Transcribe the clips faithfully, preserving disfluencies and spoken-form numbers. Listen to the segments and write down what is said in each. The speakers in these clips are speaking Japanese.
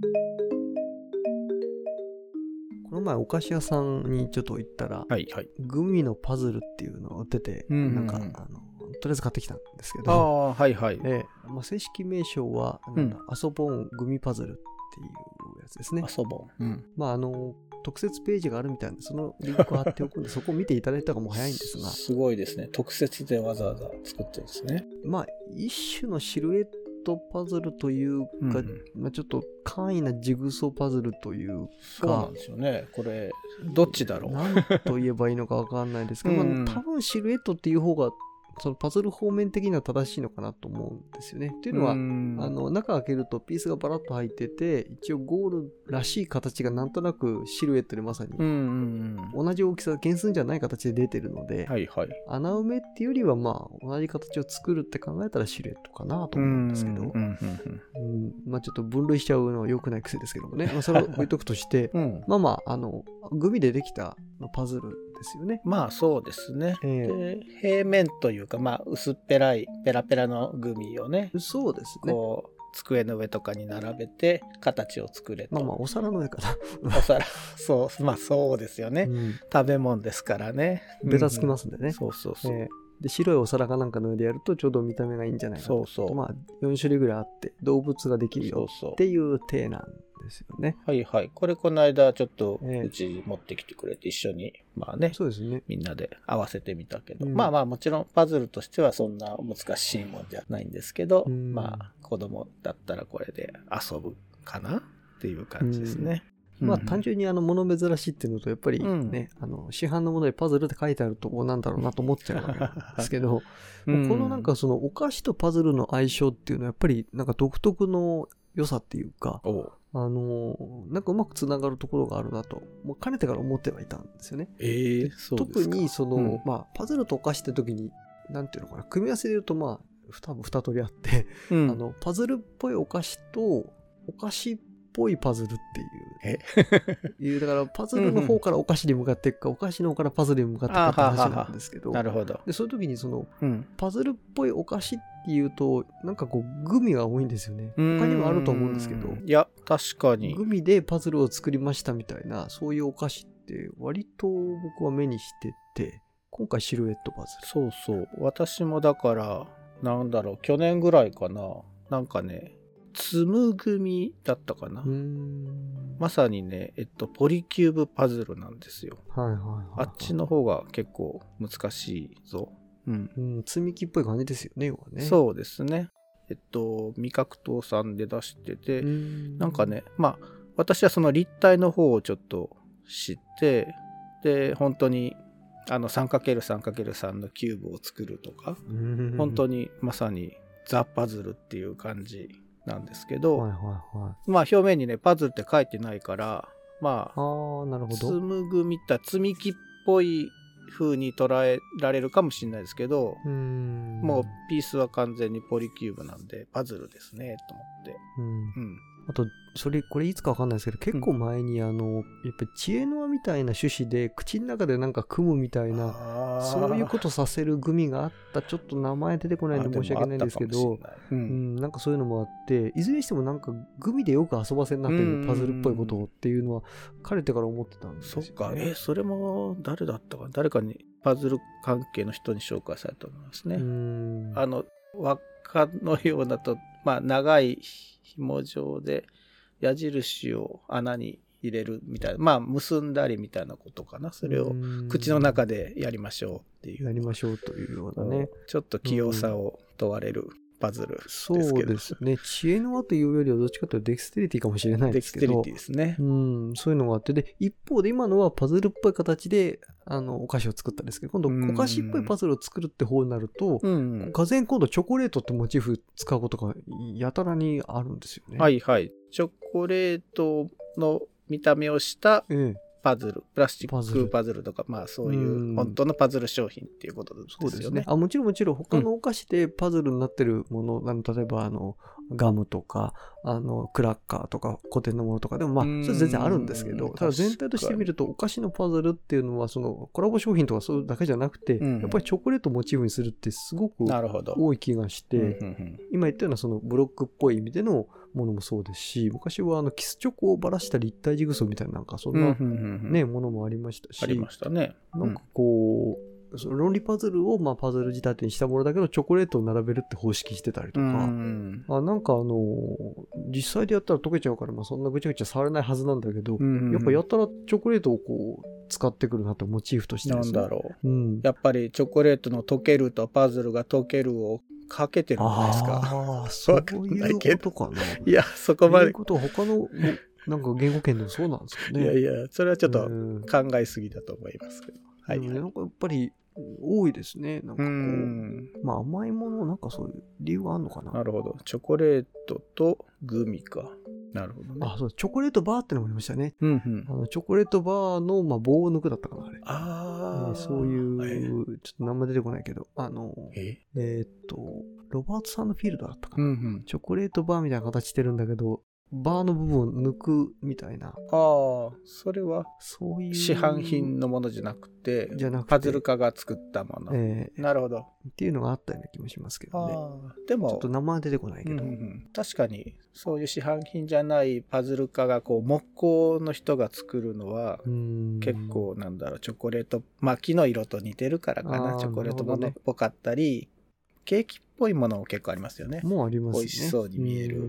この前お菓子屋さんにちょっと行ったら、 はいはい。 グミのパズルっていうのが売ってて、 うんうんうん、 なんかあのとりあえず買ってきたんですけど、 ああ、はいはい。 えーまあ、正式名称はなんだ、うん、アソボングミパズルっていうやつですね。 アソボン。うん。 まああの特設ページがあるみたいなそのリンクを貼っておくんでそこを見ていただいた方がもう早いんですが、 すごいですね。特設でわざわざ作ってるんですね。 まあ一種のシルエットパズルというか、うんうん、まあ、ちょっと簡易なジグソーパズルというか、 そうなんですよね。これどっちだろう。 何と言えばいいのか分かんないですけど、うんうん、まあ、多分シルエットっていう方がそのパズル方面的には正しいのかなと思うんですよね。っていうのは、あの中開けるとピースがバラッと入ってて、一応ゴールらしい形がなんとなくシルエットでまさに同じ大きさ、原寸じゃない形で出てるので、 はいはい、 穴埋めっていうよりはまあ同じ形を作るって考えたらシルエットかなと思うんですけど、うんうんうん、まあちょっと分類しちゃうのは良くない癖ですけどもね、まあ、それを置いとくとして、うん、まあまああのグミでできたパズルですよね。 まあそうですね。えー、で平面というか、まあ薄っぺらいペラペラのグミをね、 そうですね。 こう机の上とかに並べて形を作れと。 まあまあお皿の上かな。 お皿、そうまあそうですよね。うん、食べ物ですからね。 ベタつきますんでね。うん、 そうそうそう。えーで白いお皿かなんかの上でやるとちょうど見た目がいいんじゃないかなと。 そうそう。 まあよん種類ぐらいあって動物ができるよっていう体なんですよね。 はいはい。これこの間ちょっとうち持ってきてくれて一緒にまあね、 そうですね。 みんなで合わせてみたけど、うん、まあまあもちろんパズルとしてはそんな難しいもんじゃないんですけど、うん、まあ子供だったらこれで遊ぶかなっていう感じですね。うんまあ単純にあの物珍しいっていうのとやっぱりね、うん、あの市販のものでパズルって書いてあるとこうなんだろうなと思っちゃうわけなんですけど、うん、このなんかそのお菓子とパズルの相性っていうのはやっぱりなんか独特の良さっていうか、あのなんかうまくつながるところがあるなともうかねてから思ってはいたんですよね。 えー、そうですか。 特にその、うん、まあパズルとお菓子って時になんていうのかな組み合わせで言うとまあ多分二通りあって、うん、あのパズルっぽいお菓子とお菓子っぽいパズルっていういうだからパズルの方からお菓子に向かっていくか、うんうん、お菓子の方からパズルに向かっていくかって話なんですけど、 なるほど。 でそういう時にその、うん、パズルっぽいお菓子っていうとなんかこうグミが多いんですよね。他にもあると思うんですけど、 いや確かにグミでパズルを作りましたみたいなそういうお菓子って割と僕は目にしてて、今回シルエットパズル。 そうそう私もだからなんだろう去年ぐらいかな、なんかねつむ組だったかな。うーんまさにね、えっと、ポリキューブパズルなんですよ。 はいはいはいはい、 あっちの方が結構難しいぞ。うん。 うん、積み木っぽい感じですよね、要はね。 そうですね。えっと、味覚糖さんで出してて、んなんかね、まあ、私はその立体の方をちょっと知って、で、本当に、あの さんかけるさんかけるさん のキューブを作るとか、本当にまさにザ・パズルっていう感じなんですけど、はいはいはい、まあ表面にねパズルって書いてないからまあ、 あなるほど紡ぐみた積み木っぽい風に捉えられるかもしれないですけど、うーんもうピースは完全にポリキューブなんでパズルですねと思って、 うんうん、あとそれこれいつかわかんないですけど結構前にあの、うん、やっぱり知恵の輪みたいな趣旨で口の中でなんか組むみたいなそういうことさせるグミがあった。ちょっと名前出てこないんで申し訳ないんですけど、うんうん、なんかそういうのもあっていずれにしてもなんかグミでよく遊ばせんなっていうパズルっぽいことっていうのはかねてから思ってたんですよね。 そっか、えそれも誰だったか誰かにパズル関係の人に紹介されたと思いますね。うんあの輪っかのようなと、まあ、長い紐状で矢印を穴に入れるみたいな、まあ結んだりみたいなことかな。それを口の中でやりましょうっていう、 やりましょうというようなね、 ちょっと器用さを問われるパズルですけど、 そうですね。知恵の輪というよりはどっちかというとデクステリティかもしれないですけど、 デクステリティですね。 うん、そういうのがあって、で一方で今のはパズルっぽい形であのお菓子を作ったんですけど、今度お菓子っぽいパズルを作るって方になると、がぜん今度チョコレートってモチーフ使うことがやたらにあるんですよね。 はいはい。チョコレートの見た目をしたパズル、ええ、プラスチックパズルとか、まあそういう本当のパズル商品っていうことですよね。そうですね。 あもちろんもちろん他のお菓子でパズルになってるもの、うん、あの例えばあのガムとかあのクラッカーとか古典のものとかでもまあそれ全然あるんですけど、ただ全体として見るとお菓子のパズルっていうのはそのコラボ商品とかそういうだけじゃなくて、うん、やっぱりチョコレートをモチーフにするってすごく多い気がして、うんうんうん、今言ったようなそのブロックっぽい意味でのものもそうですし、昔はあのキスチョコをばらした立体ジグソーみたいななんかそんな、ねうんうんうん、ものもありましたし、 ありましたね、 うん、なんかこうその論理パズルをまあパズル仕立てにしたものだけどチョコレートを並べるって方式してたりとか、うんあなんかあの実際でやったら溶けちゃうから、まあ、そんなぐちゃぐちゃ触れないはずなんだけど、うんうんうん、やっぱやったらチョコレートをこう使ってくるなってモチーフとしてですね。 なんだろう、うん、やっぱりチョコレートの溶けるとパズルが溶けるをかけてるんじゃないですか。 ああそういうことかな。 いやそこまで。 そういうことは他のなんか言語圏でもそうなんですかね。 いやいやそれはちょっと考えすぎだと思いますけど。 はい、はい、なんかやっぱり多いですね。なんかこう、うんまあ甘いものなんかそういう理由があるのかな。 なるほど。チョコレートとグミか。なるほどね。 あ、そうチョコレートバーってのもありましたね。 うんうん、 あのチョコレートバーのまあ棒を抜くだったかなあれ。 ああ、 ね、そういう、えー、ちょっと名前出てこないけど、あのええー、っとロバートさんのフィールドだったかな、うんうん。チョコレートバーみたいな形してるんだけど。バーの部分を抜くみたいな。ああ、それはそういう市販品のものじゃなくて、じゃなくてパズル家が作ったもの。えー、なるほど。 っていうのがあったような気もしますけどね。あでもちょっと名前出てこないけど、 うんうん、確かにそういう市販品じゃないパズル家がこう木工の人が作るのは結構なんだろうチョコレートまあ木の色と似てるからかなチョコレートものっぽかったり、ね、ケーキっぽいものも結構ありますよね。 もうありますね。 美味しそうに見える。うん。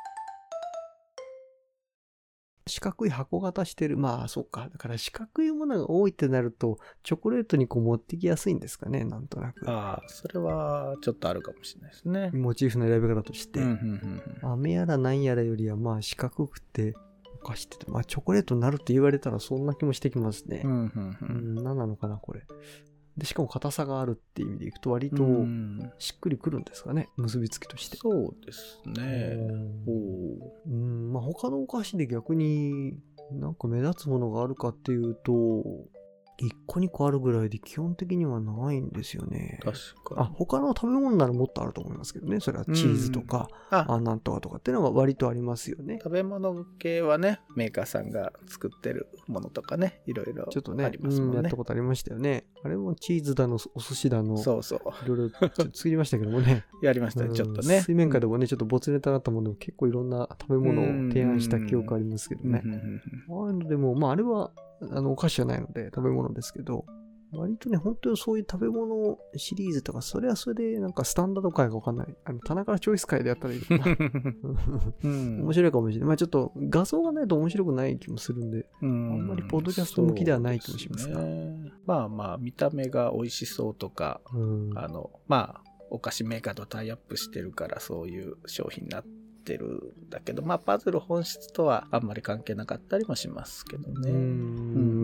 四角い箱型してる。まあ、そうか。だから四角いものが多いってなると、チョコレートにこう持ってきやすいんですかね、なんとなく。 ああ、それはちょっとあるかもしれないですね。 モチーフの選び方として。うんうんうん、飴やらなんやらよりは、まあ四角くて、お菓子ってて、まあチョコレートになるって言われたらそんな気もしてきますね。うんうんうん。何なのかな、これ。でしかも硬さがあるっていう意味でいくと割としっくりくるんですかね、結びつきとして。 そうですね。 おうん、まあ他のお菓子で逆になんか目立つものがあるかっていうといっこにこあるぐらいで基本的にはないんですよね。 確かに。 あ、他の食べ物ならもっとあると思いますけどね。それはチーズとか、ああなんとかとかっていうのは割とありますよね。 食べ物系はね、メーカーさんが作ってるものとかね、いろいろありますもんね。ちょっとね、うん、 やったことありましたよね。あれもチーズだの、お寿司だの、 そうそう。 いろいろ作りましたけどもね。 やりましたね、ちょっとね。 水面下でもね、ちょっと没ネタだったものでも結構いろんな食べ物を提案した記憶ありますけどね。ああいうのでも、まああれは、あのお菓子じゃないので食べ物ですけど、割とね、本当にそういう食べ物シリーズとか、それはそれでなんかスタンダード界がわかんない。あの、棚からチョイス界でやったらいいのかな。うん、面白いかもしれない。まあちょっと画像がないと面白くない気もするんで、うん、あんまりポッドキャスト向きではない気もしますが。 ね、まあまあ、見た目が美味しそうとか、うん、あの、まあ、お菓子メーカーとタイアップしてるから、そういう商品になってるんだけど、まあパズル本質とはあんまり関係なかったりもしますけどね。 うん、うん、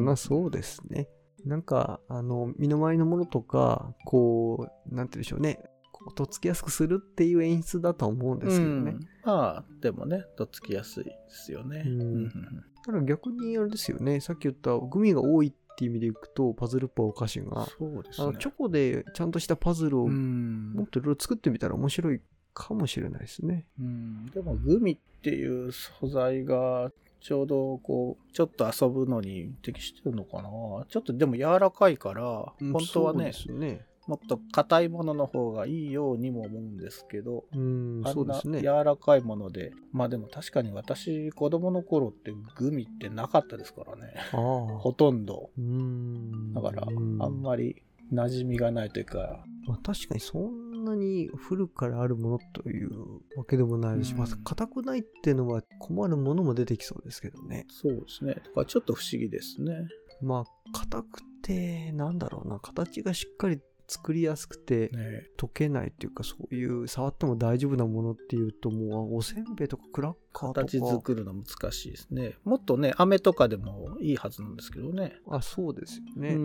まあそうですね。なんか、あの、身の回りのものとか、こう、なんて言うんでしょうね。こうとっつきやすくするっていう演出だと思うんですけどね。うん、 まあ、でもね、とっつきやすいですよね。うん。 ただ逆にあれですよね。さっき言ったグミが多いっていう意味でいくと、パズルっぽいお菓子が。 そうですね。 あのチョコでちゃんとしたパズルをもっといろいろ作ってみたら面白いかもしれないですね。 うん。でもグミっていう素材が、ちょうどこうちょっと遊ぶのに適してるのかな。ちょっとでも柔らかいから、うん、本当は ね, ねもっと硬いものの方がいいようにも思うんですけど、うん、あんな柔らかいもので、まあでも確かに私子供の頃ってグミってなかったですからね。ほとんど。うんだからあんまり馴染みがないというか、 まあ、確かにそんなに古くからあるものというわけでもないし、うん、まず硬くないっていうのは困るものも出てきそうですけどね。 そうですね。だからちょっと不思議ですね。 まあ硬くてなんだろうな、形がしっかり作りやすくて、ね、溶けないっていうか、そういう触っても大丈夫なものっていうと、もうおせんべいとかクラッカーとか形作るの難しいですね。もっとね、飴とかでもいいはずなんですけどね。 あ、そうですよね。うん、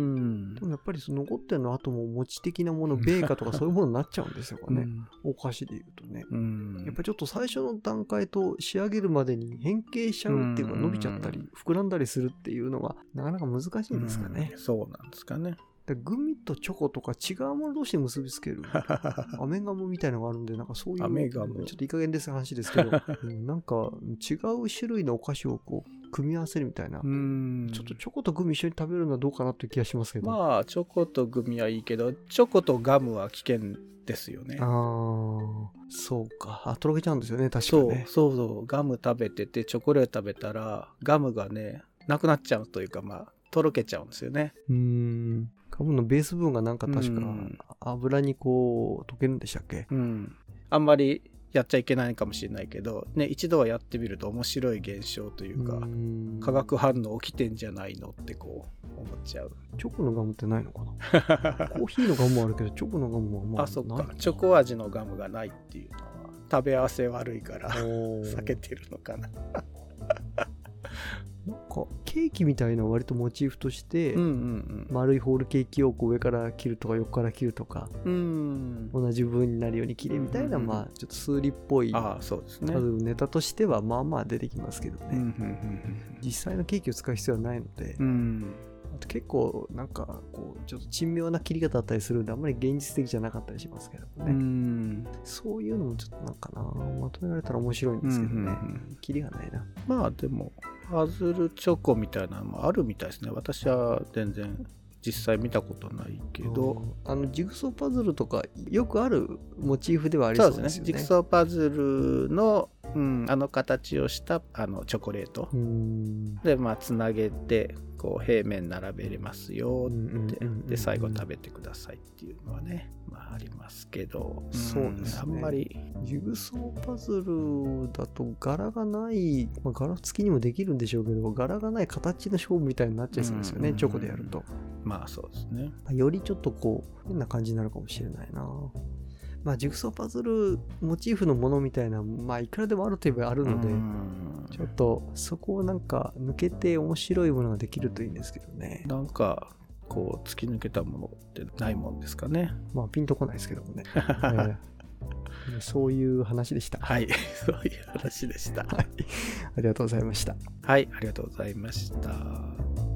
でもやっぱりその残ってるの後も餅的なもの、ベーカとかそういうものになっちゃうんですよね。うん、お菓子で言うとね、うん。やっぱりちょっと最初の段階と仕上げるまでに変形しちゃうっていうか、伸びちゃったり、膨らんだりするっていうのがなかなか難しいんですかね。 うん、そうなんですかね。 でグミとチョコとか違うもの同士で結びつけるアメガムみたいなのがあるんで、なんかそういうアメガムちょっといい加減です話ですけど、うん、なんか違う種類のお菓子をこう組み合わせるみたいな、 うんちょっとチョコとグミ一緒に食べるのはどうかなという気がしますけど。 まあチョコとグミはいいけど、チョコとガムは危険ですよね。 ああ、そうか。あ、とろけちゃうんですよね、確かに、ね。 そうそうそう、ガム食べててチョコレート食べたらガムがねなくなっちゃうというか、まあとろけちゃうんですよね。 うーん。ガムのベース部分がなんか確か油にこう溶けるんでしたっけ？ うん。あんまりやっちゃいけないかもしれないけど、ね、一度はやってみると面白い現象というか、う化学反応起きてんじゃないのってこう思っちゃう。 チョコのガムってないのかなコーヒーのガムもあるけどチョコのガムはまああ、そっか。チョコ味のガムがないっていうのは食べ合わせ悪いから避けてるのかななんかケーキみたいな割とモチーフとして、 うんうんうん、 丸いホールケーキをこう上から切るとか横から切るとか、うん、同じ部分になるように切れみたいな、うんうん、まあちょっと数理っぽいああそうですね、 パズルネタとしてはまあまあ出てきますけどね、うんうんうん、実際のケーキを使う必要はないので、うん、あと結構なんかこうちょっと珍妙な切り方だったりするんであんまり現実的じゃなかったりしますけどね、うん、そういうのもちょっとなんかなまとめられたら面白いんですけどね、うんうんうん、キリがないな。 まあでもパズルチョコみたいなのもあるみたいですね。私は全然実際見たことないけど、 あのジグソーパズルとかよくあるモチーフではありそうですよね。 そうですね。ジグソーパズルの、うん、あの形をしたあのチョコレートでまあつなげてこう平面並べれますよって、で最後食べてくださいっていうのはね、まあありますけど、 そうですね。 あんまりジグソーパズルだと柄がない、まあ、柄付きにもできるんでしょうけど、柄がない形の勝負みたいになっちゃいそうですよね、チョコでやると。 まあそうですね。 よりちょっとこう変な感じになるかもしれないな。まあジグソーパズルモチーフのものみたいな、まあいくらでもあるといえばあるので、ちょっとそこをなんか抜けて面白いものができるといいんですけどね。 なんかこう突き抜けたものってないもんですかね。 まあピンとこないですけどもね。えーそういう話でした。 はい、そういう話でした。 はい、ありがとうございました。 はい、ありがとうございました。